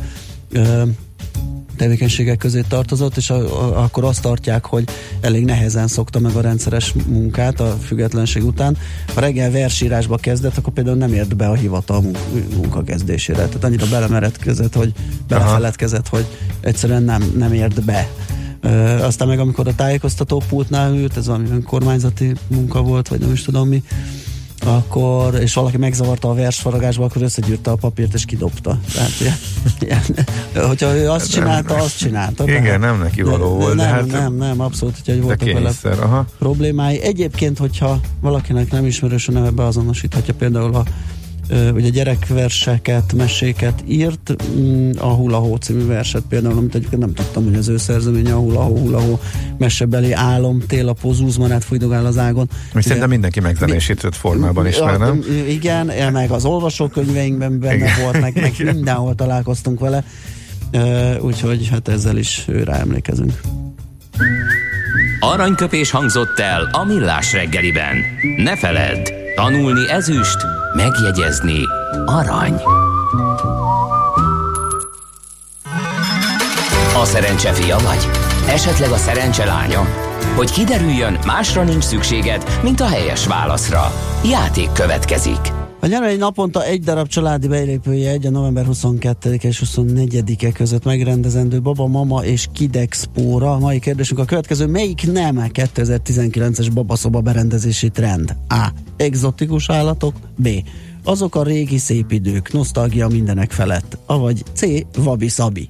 tevékenységek közé tartozott, és a, a, akkor azt tartják, hogy elég nehezen szokta meg a rendszeres munkát a függetlenség után. Ha reggel versírásba kezdett, akkor például nem ért be a hivatal munk- munkakezdésére. Tehát annyira belemeredkezett, hogy belefeledkezett, hogy egyszerűen nem, nem ért be. Ö, aztán meg amikor a tájékoztatópultnál ült, ez valami önkormányzati munka volt, vagy nem is tudom mi, akkor, és valaki megzavarta a versfaragásba, akkor összegyűrte a papírt és kidobta. Tehát ilyen, ilyen, hogyha ő azt csinálta, azt csinálta. Igen, tehát, nem neki való volt. Nem, hát nem, nem, abszolút, hogy voltak vele aha. problémái. Egyébként, hogyha valakinek nem ismerős a neve, beazonosíthatja például a ugye gyerekverseket, meséket írt, a Hula Hó című verset például, amit egyébként nem tudtam, hogy az ő szerzeménye a Hula Hó, Hula Hó, mesebeli álom, tél a pozúz, marát fújdogál az ágon. És szerintem mindenki megzenésített formában is már, nem? Igen, meg az olvasókönyveinkben benne igen, volt, meg, meg mindenhol találkoztunk vele, úgyhogy hát ezzel is őre emlékezünk. Aranyköpés hangzott el a millás reggeliben. Ne feledd, tanulni ezüst, megjegyezni arany. A szerencse fia vagy? Esetleg a szerencse lánya? Hogy kiderüljön, másra nincs szükséged, mint a helyes válaszra. Játék következik. A nyeremény naponta egy darab családi belépőjegy a november huszonkettedike és huszonnegyedike között megrendezendő Baba, Mama és Kid Expo-ra. A mai kérdésünk a következő: melyik nem kétezer-tizenkilences babaszoba berendezési trend? A. Egzotikus állatok. B. Azok a régi szép idők, nosztalgia mindenek felett. Avagy C. Wabi Sabi.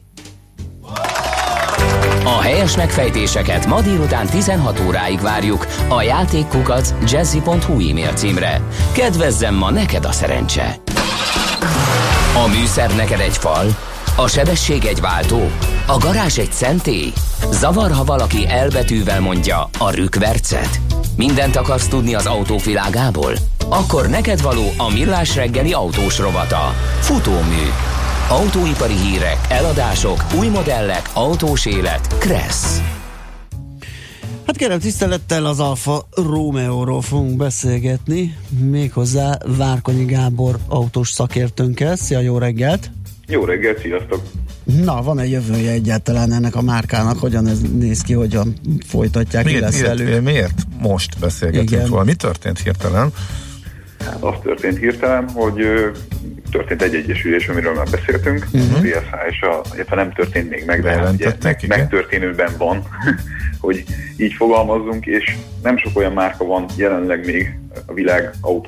A helyes megfejtéseket ma délután tizenhat óráig várjuk a játékkukac jazzy pont hu e-mail címre. Kedvezzem ma neked a szerencse! A műszer neked egy fal, a sebesség egy váltó, a garázs egy szentély. Zavar, ha valaki elbetűvel mondja a rükvercet. Mindent akarsz tudni az autóvilágából? Akkor neked való a millás reggeli autós rovata. Futómű. Autóipari hírek, eladások, új modellek, autós élet. Kressz. Hát kérem tisztelettel az Alfa Romeo-ról fogunk beszélgetni, méghozzá Várkonyi Gábor autós szakértőnkkel. Szia, jó reggelt! Jó reggelt, sziasztok! Na, van-e jövője egyáltalán ennek a márkának? Hogyan ez néz ki, hogyan folytatják, miért, ki lesz miért, velük? Miért most beszélgetünk Igen. róla? Mi történt hirtelen? Hát az történt hirtelen, hogy ö, történt egy egyesülés, amiről már beszéltünk, uh-huh. a pé es há és a, illetve nem történt még meg, de hát ugye meg, megtörténőben van, hogy így fogalmazzunk, és nem sok olyan márka van jelenleg még a világ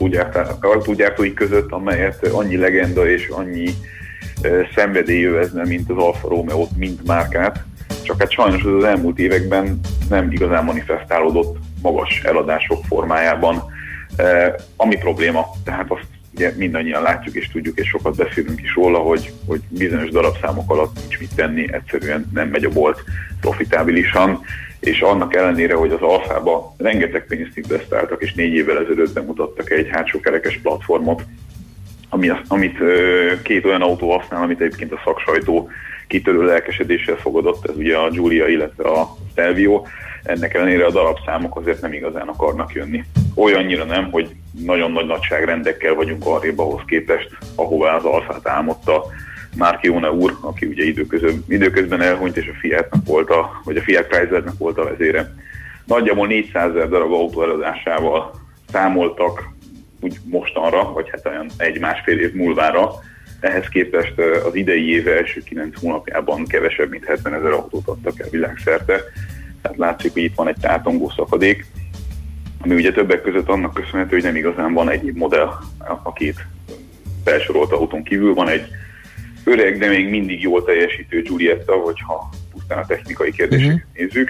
autógyártói között, amelyet annyi legenda és annyi uh, szenvedély övezne, mint az Alfa Romeo, mint márkát. Csak hát sajnos az, az elmúlt években nem igazán manifestálódott magas eladások formájában. Uh, ami probléma, tehát azt ugye mindannyian látjuk és tudjuk, és sokat beszélünk is róla, hogy, hogy bizonyos darabszámok alatt nincs mit tenni, egyszerűen nem megy a bolt profitábilisan, és annak ellenére, hogy az Alfába rengeteg pénzt investáltak, és négy évvel ezelőtt bemutattak egy hátsókerekes platformot, ami, amit uh, két olyan autó használ, amit egyébként a szaksajtó kitörő lelkesedéssel fogadott, ez ugye a Giulia, illetve a Stelvio. Ennek ellenére a darabszámok azért nem igazán akarnak jönni. Olyannyira nem, hogy nagyon nagy nagyságrendekkel vagyunk arrébb ahhoz képest, ahová az Alfát álmodta Marchionne úr, aki ugye időközben, időközben elhunyt, és a Fiatnak volt a, vagy a Fiat Chryslernek volt a vezére. Nagyjából négyszázezer darab autó eladásával számoltak úgy mostanra, vagy hát olyan egy-másfél év múlvára. Ehhez képest az idei éve első kilenc hónapjában kevesebb, mint hetvenezer autót adtak el világszerte. Tehát látszik, hogy itt van egy tátongó szakadék, ami ugye többek között annak köszönhető, hogy nem igazán van egyéb modell a két felsorolt autón kívül. Van egy öreg, de még mindig jól teljesítő Giulietta, hogyha pusztán a technikai kérdéseket uh-huh. nézzük.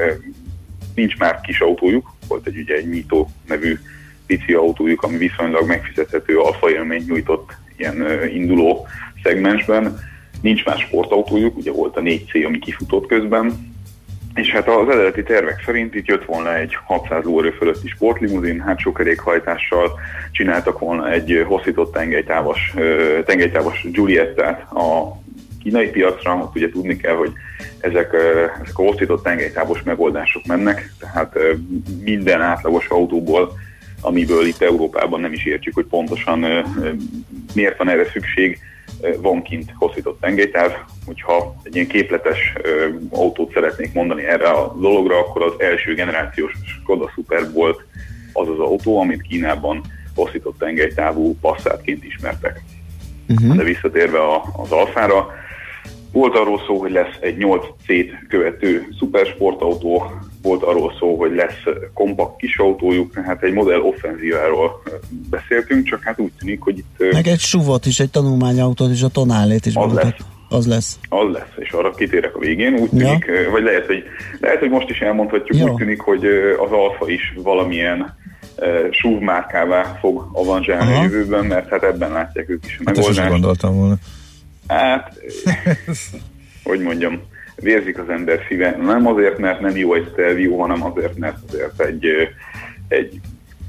Nincs már kis autójuk, volt egy, ugye egy Mito nevű pici autójuk, ami viszonylag megfizethető alfa élményt nyújtott ilyen induló szegmensben. Nincs már sportautójuk, ugye volt a négy cé, ami kifutott közben, és hát az eredeti tervek szerint itt jött volna egy hatszáz lóerő fölötti sportlimuzin, hátsó kerékhajtással, csináltak volna egy hosszított tengelytávos, tengelytávos Giuliettát a kínai piacra. Ott ugye tudni kell, hogy ezek, ezek a hosszított tengelytávos megoldások mennek, tehát minden átlagos autóból, amiből itt Európában nem is értjük, hogy pontosan miért van erre szükség, van kint hosszított tengelytáv. Hogyha egy ilyen képletes ö, autót szeretnék mondani erre a dologra, akkor az első generációs Skoda Superb volt az az autó, amit Kínában hosszított tengelytávú Passatként ismertek. Uh-huh. De visszatérve a, az Alfára, volt arról szó, hogy lesz egy nyolc cét követő szupersportautó, volt arról szó, hogy lesz kompakt kis autójuk, hát egy modell offenzíváról beszéltünk, csak hát úgy tűnik, hogy itt... Meg egy suvot is, egy tanulmányautót is, a Tonálét is az lesz. Az lesz. Az lesz, és arra kitérek a végén. Úgy tűnik, ja. vagy lehet hogy, lehet, hogy most is elmondhatjuk, ja. úgy tűnik, hogy az Alfa is valamilyen uh, SUV márkává fog avanzsálni a jövőben, mert hát ebben látják ők is a hát megoldást. Hát gondoltam volna. Hát, hogy mondjam, vérzik az ember szíve. Nem azért, mert nem jó egy Stelvio, hanem azért, mert azért egy, egy,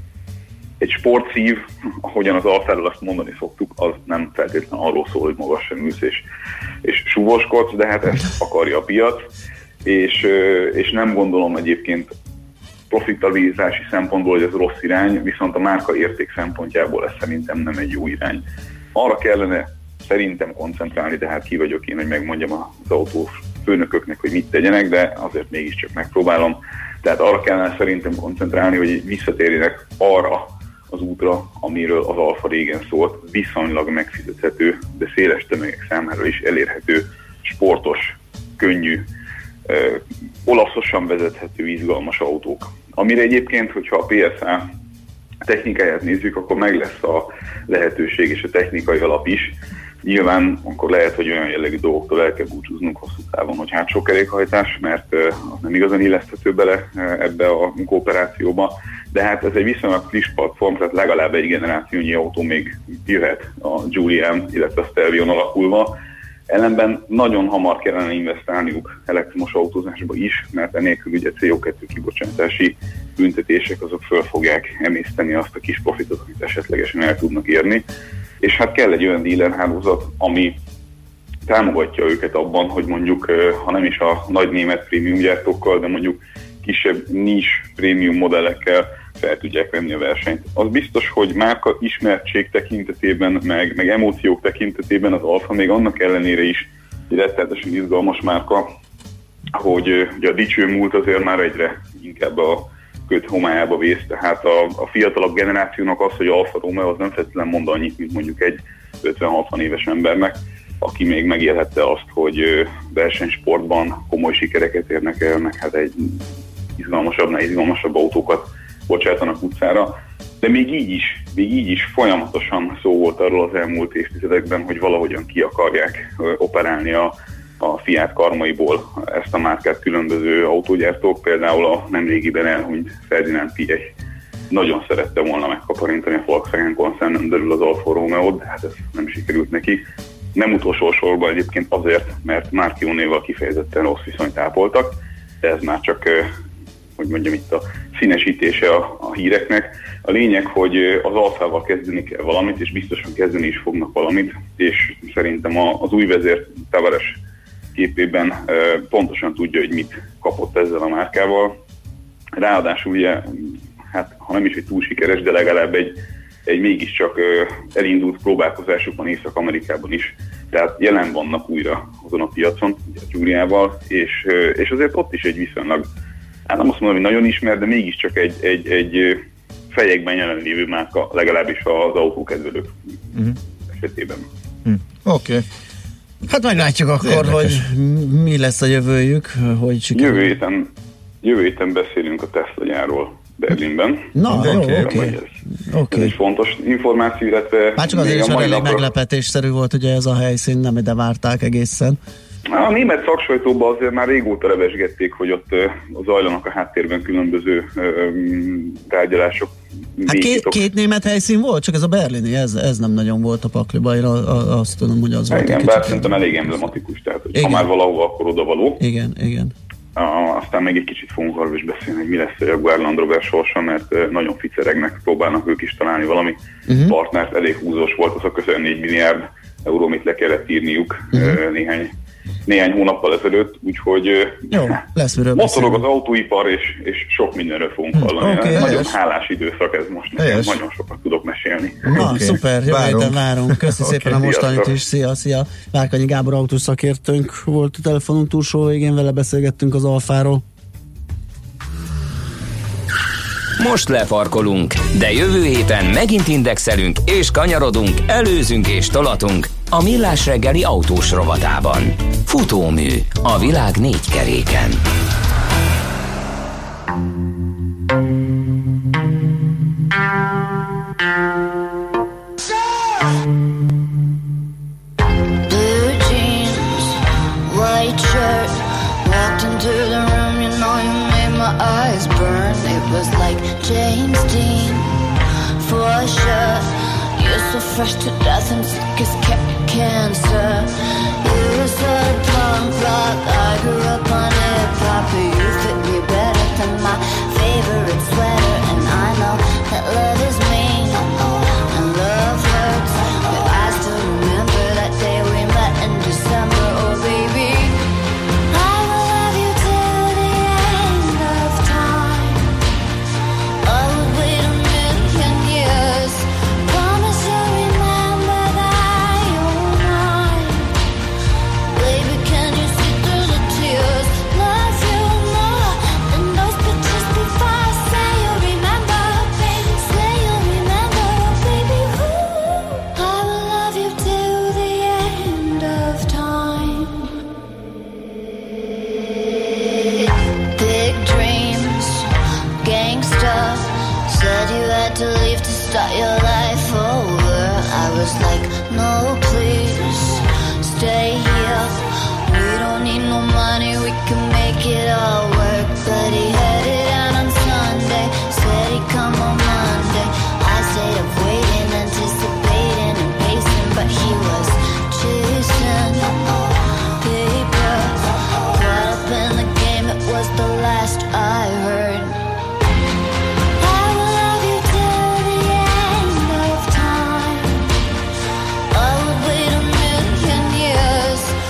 egy sportszív, ahogyan az Alfáról azt mondani szoktuk, az nem feltétlenül arról szól, hogy magasan ülsz és, és súvoskodsz, de hát ezt akarja a piac, és, és nem gondolom egyébként profitabilizási szempontból, hogy ez rossz irány, viszont a márka érték szempontjából ez szerintem nem egy jó irány. Arra kellene szerintem koncentrálni, de hát ki vagyok én, hogy megmondjam az autós főnököknek, hogy mit tegyenek, de azért mégiscsak megpróbálom. Tehát arra kellene szerintem koncentrálni, hogy visszatérjenek arra az útra, amiről az Alfa régen szólt, viszonylag megfizethető, de széles tömegek számára is elérhető, sportos, könnyű, ö, olaszosan vezethető, izgalmas autók. Amire egyébként, hogyha a pé es há technikáját nézzük, akkor meg lesz a lehetőség és a technikai alap is. Nyilván akkor lehet, hogy olyan jellegű dolgoktól el kell búcsúznunk hosszú távon, hogy hátsó kerékhajtás, mert az nem igazán illeszthető bele ebbe a kooperációba, de hát ez egy viszonylag friss platform, tehát legalább egy generációnyi autó még jöhet a Giulián, illetve a Stelvion alakulva. Ellenben nagyon hamar kellene investálniuk elektromos autózásba is, mert enélkül ugye cé o kettő kibocsátási büntetések azok föl fogják emészteni azt a kis profitot, amit esetlegesen el tudnak érni. És hát kell egy olyan dealer hálózat, ami támogatja őket abban, hogy mondjuk, ha nem is a nagy német prémium gyártókkal, de mondjuk kisebb nis prémium modellekkel fel tudják venni a versenyt. Az biztos, hogy márka ismertség tekintetében, meg, meg emóciók tekintetében az Alfa még annak ellenére is egy rettenetesen izgalmas márka, hogy ugye a dicső múlt azért már egyre inkább a köt homályába vész, tehát a, a fiatalabb generációnak az, hogy Alfa Romeo az nem feltétlenül mond annyit, mint mondjuk egy ötven-hatvan éves embernek, aki még megélhette azt, hogy versenysportban komoly sikereket érnek el, meg hát egy izgalmasabb, ne izgalmasabb autókat bocsátanak utcára. De még így is, még így is folyamatosan szó volt arról az elmúlt évtizedekben, hogy valahogyan ki akarják operálni a, a Fiat karmaiból ezt a márkát különböző autógyártók, például a nemrégiben elhunyt Ferdinand Piech nagyon szerette volna megkaparintani a Volkswagen koncernen belül az Alfa Romeo-t, de hát ez nem sikerült neki. Nem utolsó sorban egyébként azért, mert Marchionnéval kifejezetten rossz viszonyt ápoltak, de ez már csak, hogy mondjam, itt a színesítése a, a híreknek. A lényeg, hogy az Alfával kezdeni kell valamit, és biztosan kezdeni is fognak valamit, és szerintem az új vezér Tavares képében pontosan tudja, hogy mit kapott ezzel a márkával. Ráadásul ugye, hát ha nem is egy túl sikeres, de legalább egy, egy mégiscsak elindult próbálkozásuk van Észak-Amerikában is. Tehát jelen vannak újra azon a piacon, ugye a Giuliával, és, és azért ott is egy viszonylag, hát nem azt mondom, hogy nagyon ismert, de mégiscsak egy, egy, egy fejekben jelenlévő márka, legalábbis az autókedvelők uh-huh. esetében. Uh-huh. Oké. Okay. Hát meglátjuk akkor, érdekes, hogy mi lesz a jövőjük, hogy sikerül. Jövő héten, jövő héten beszélünk a Tesla gyárról Berlinben. Na, oké. Okay. Ez, okay. ez egy fontos információ, illetve... Már csak azért is elég napra... meglepetésszerű volt, ugye ez a helyszín, nem ide várták egészen. A német szaksajtóban azért már régóta levesgették, hogy ott uh, zajlanak a háttérben különböző uh, tárgyalások. Hát két, két német helyszín volt, csak ez a berlini, ez, ez nem nagyon volt a pakliba, én azt tudom, hogy az volt. Igen, bár szerintem elég emblematikus, tehát hogy ha már valahova, akkor odavaló. Igen, igen. Uh, aztán még egy kicsit fogunk arról is beszélni, hogy mi lesz a Jaguar Land Rover sorsa, mert uh, nagyon ficeregnek, próbálnak ők is találni valami uh-huh. partnert, elég húzós volt az a közel négy milliárd euró, amit le kellett írniuk uh-huh. uh, néhány néhány hónappal ezelőtt, úgyhogy jó, lesz motorog az autóipar, és, és sok mindenről fogunk hmm. hallani. Okay, nagyon helyes. Hálás időszak ez most nekem, helyes. Nagyon sokat tudok mesélni. Na, okay. Szuper, jövő héten várunk. Köszi okay. szépen a mostanit is. Szia, szia. Várkanyi Gábor autószakértőnk volt a telefonunk túlsó végén, vele beszélgettünk az Alfáról. Most lefarkolunk, de jövő héten megint indexelünk és kanyarodunk, előzünk és tolatunk a Millás reggeli autós rovatában. Futómű a világ négy keréken. Blue jeans, white shirt, walked into the room, you know you made my eyes burn. It was like James Dean, for sure. You're so fresh to death and sick as cancer. You're so punk rock, I grew up on hip-hop. You fit me better than my favorite sweater. And I know that love is mean and love hurts, but I still remember that day we met in December. Oh baby, I will love you till the end of time. I would wait a million years. Promise you'll remember that you're mine. Baby, can you see through the tears? Love you more than those pictures before. Say you'll remember, baby. Say you'll remember, baby. Ooh, I will love you till the end of time. Big dreams, gangsta. Said you had to leave to start your life over. I was like, no, please, stay here. We don't need no money, we can make it all work. But he headed out on Sunday, said he'd come on Monday. I stayed up waiting, anticipating and pacing, but he was chasing paper. Caught up in the game, it was the last I heard. I will love you till the end of time. I would wait a million years.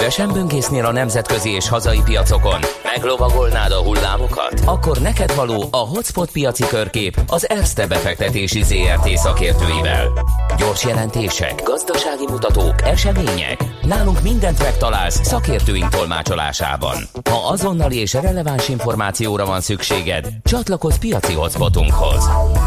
Szívesen böngésznél a nemzetközi és hazai piacokon? Meglovagolnád a hullámokat? Akkor neked való a Hotspot piaci körkép az Erste befektetési zé er té szakértőivel. Gyors jelentések, gazdasági mutatók, események. Nálunk mindent megtalálsz szakértőink tolmácsolásában. Ha azonnali és releváns információra van szükséged, csatlakozz piaci hotspotunkhoz.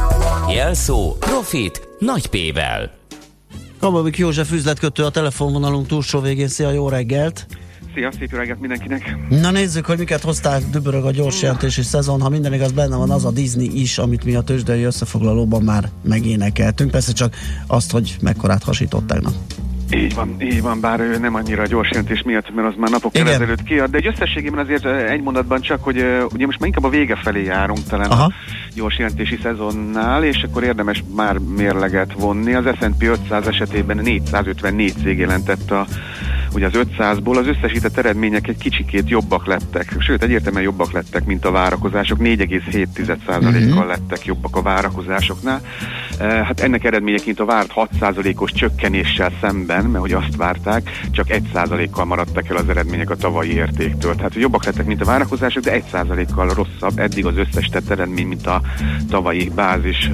Jelszó Profit nagy P-vel. Kababik József üzletkötő a telefonvonalunk túlsó végén. Szia, jó reggelt! Szia, szép jó reggelt mindenkinek! Na nézzük, hogy miket hoztál, dübörög a gyors jelentési szezon. Ha minden igaz, benne van az a Disney is, amit mi a tőzsdei összefoglalóban már megénekeltünk. Persze csak azt, hogy mekkorát hasított tegnap. Így van, így van, bár ő nem annyira a gyors jelentés miatt, mert az már napokkal ezelőtt kiad, de egy összességében azért egy mondatban csak, hogy ugye most már inkább a vége felé járunk talán Aha. a gyors jelentési szezonnál, és akkor érdemes már mérleget vonni. Az es and pé ötszáz esetében négyszázötvennégy cég jelentett a, ugye az ötszázból, az összesített eredmények egy kicsikét jobbak lettek, sőt egyértelműen jobbak lettek, mint a várakozások, négy egész hét százalékkal mm-hmm. lettek jobbak a várakozásoknál. Hát ennek eredményeként a várt hat százalékos csökkenéssel szemben, mert hogy azt várták, csak egy százalékkal maradtak el az eredmények a tavalyi értéktől. Tehát jobbak lettek, mint a várakozások, de egy százalékkal rosszabb eddig az összes tett eredmény, mint a tavalyi bázis.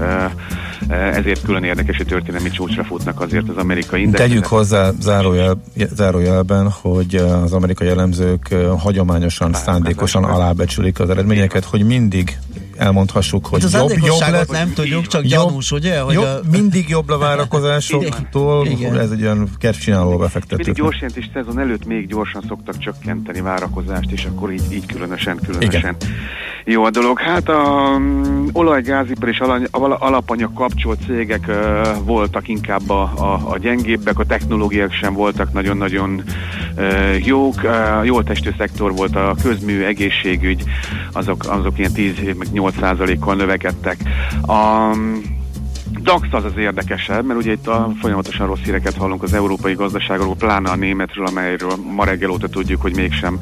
Ezért külön érdekes, hogy történelmi csúcsra futnak azért az amerikai indexek. Tegyük hozzá zárójel, zárójelben, hogy az amerikai elemzők hagyományosan, Bár, szándékosan alábecsülik az eredményeket, hogy mindig elmondhassuk, hogy az jobb, jobb lett, nem tudjuk, csak gyanús, ugye? Hogy jobb, a... mindig jobb a várakozásoktól, ez egy olyan kedvcsináló befektető. Mindig gyors jelentés szezon előtt még gyorsan szoktak csökkenteni várakozást, és akkor így, így különösen, különösen Igen. jó a dolog. Hát a um, olaj-gázipar és alany, alapanyag kapcsolt cégek uh, voltak inkább a, a, a gyengébbek, a technológiák sem voltak nagyon-nagyon uh, jók. Uh, jól testő szektor volt a közmű, egészségügy, azok, azok ilyen tíz-nyolc százalékkal növekedtek. A DAX az az érdekesebb, mert ugye itt a folyamatosan rossz híreket hallunk az európai gazdaságról, pláne a németről, amelyről ma reggel óta tudjuk, hogy mégsem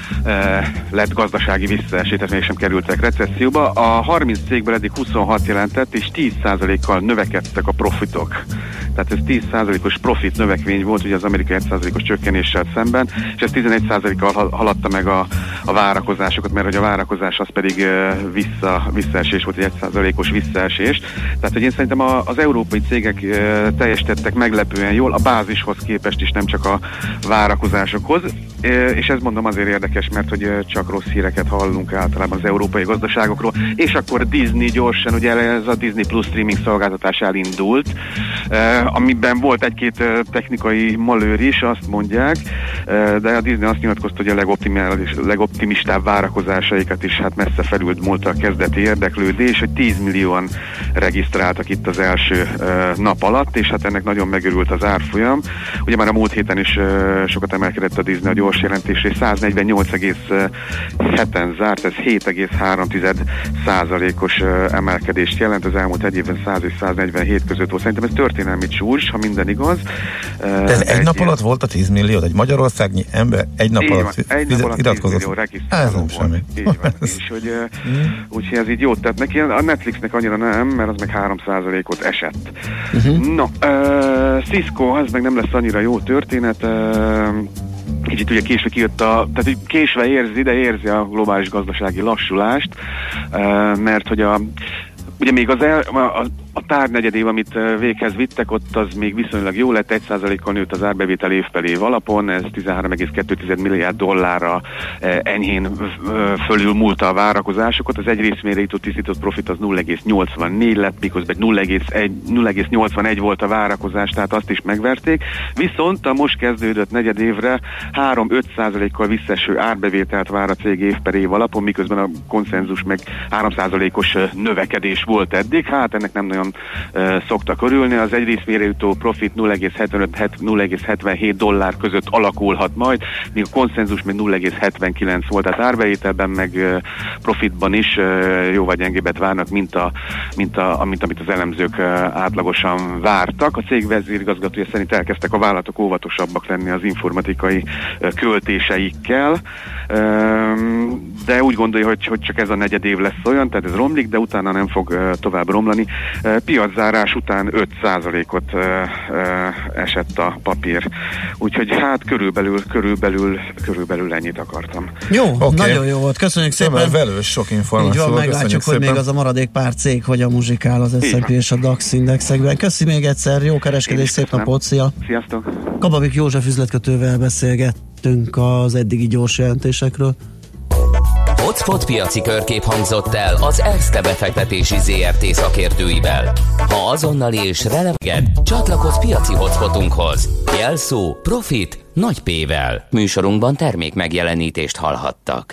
e, lett gazdasági visszaesés, tehát mégsem kerültek recesszióba. A harminc cégből eddig huszonhat jelentett, és tíz százalékkal növekedtek a profitok. Tehát ez tíz százalékos profit növekvény volt, ugye az amerikai egy százalékos csökkenéssel szemben, és ez tizenegy százalékkal haladta meg a, a várakozásokat, mert hogy a várakozás az pedig e, vissza, visszaesés volt, egy egy százalékos visszaesés. Tehát, hogy én szerintem a az európai cégek e, teljesítettek meglepően jól, a bázishoz képest is, nem csak a várakozásokhoz, e, és ez mondom azért érdekes, mert hogy e, csak rossz híreket hallunk általában az európai gazdaságokról, és akkor Disney gyorsan, ugye ez a Disney Plus streaming szolgáltatás elindult, e, amiben volt egy-két e, technikai malőr is, azt mondják, e, de a Disney azt nyilatkozta, hogy a legoptimistább várakozásaikat is hát messze felült múlta a kezdeti érdeklődés, hogy tíz millióan regisztráltak itt az első uh, nap alatt, és hát ennek nagyon megörült az árfolyam. Ugye már a múlt héten is uh, sokat emelkedett a Disney a gyors jelentésre, és száznegyvennyolc egész heten zárt, ez hét egész három százalékos uh, emelkedést jelent, az elmúlt egy évben száz és száznegyvenhét között volt. Szerintem ez történelmi csúcs, ha minden igaz. Uh, ez egy, egy nap alatt volt a tíz millió, egy magyarországnyi ember egy nap alatt iratkozott. Ez nem semmi. Így van, és hogy uh, mm. úgyhogy ez így jót tett neki. A Netflixnek annyira nem, mert az meg három százalékot esett. Uh-huh. No, uh, Cisco, az meg nem lesz annyira jó történet. Uh, kicsit ugye késve kijött a, tehát késve érzi, de érzi a globális gazdasági lassulást, uh, mert hogy a ugye még az el, a, a tárnegyedév, amit véghez vittek, ott az még viszonylag jó lett, egy százalékkal nőtt az árbevétel év per év alapon, ez tizenhárom egész kettő milliárd dollárra enyhén fölül múlta a várakozásokat, az egy részmérre jutott tisztított profit az nulla egész nyolcvannégy lett, miközben nulla egész nyolcvanegy volt a várakozás, tehát azt is megverték, viszont a most kezdődött negyedévre három-öt százalékkal visszaeső árbevételt vár a cég év per év alapon, miközben a konszenzus meg három százalékos növekedés volt eddig, hát ennek nem nagyon uh, szoktak örülni, az egy részmérre jutó profit nulla egész hetvenöt - nulla egész hetvenhét dollár között alakulhat majd, míg a konszenzus meg nulla egész hetvenkilenc volt, tehát árbevételben meg uh, profitban is uh, jóval gyengébbet várnak, mint, a, mint, a, mint amit az elemzők uh, átlagosan vártak. A cég vezérigazgatója szerint elkezdtek a vállalatok óvatosabbak lenni az informatikai uh, költéseikkel, uh, de úgy gondolja, hogy, hogy csak ez a negyed év lesz olyan, tehát ez romlik, de utána nem fog uh, tovább romlani. Uh, piaczárás után öt százalékot esett a papír. Úgyhogy hát körülbelül, körülbelül, körülbelül ennyit akartam. Jó, okay. Nagyon jó volt, köszönjük szépen. Velős sok információ. Így van, meglátjuk, hogy szépen. Még az a maradék pár cég hogyan muzsikál az es and pé és a DAX indexekben. Köszi még egyszer, jó kereskedés, szép napot, szia! Sziasztok! Kababik József üzletkötővel beszélgettünk az eddigi gyors jelentésekről. Hotspot piaci körkép hangzott el az Erste befektetési zé er té szakértőivel. Ha azonnali és releváns, csatlakozz piaci hotspotunkhoz. Jelszó Profit nagy P-vel. Műsorunkban termék megjelenítést hallhattak.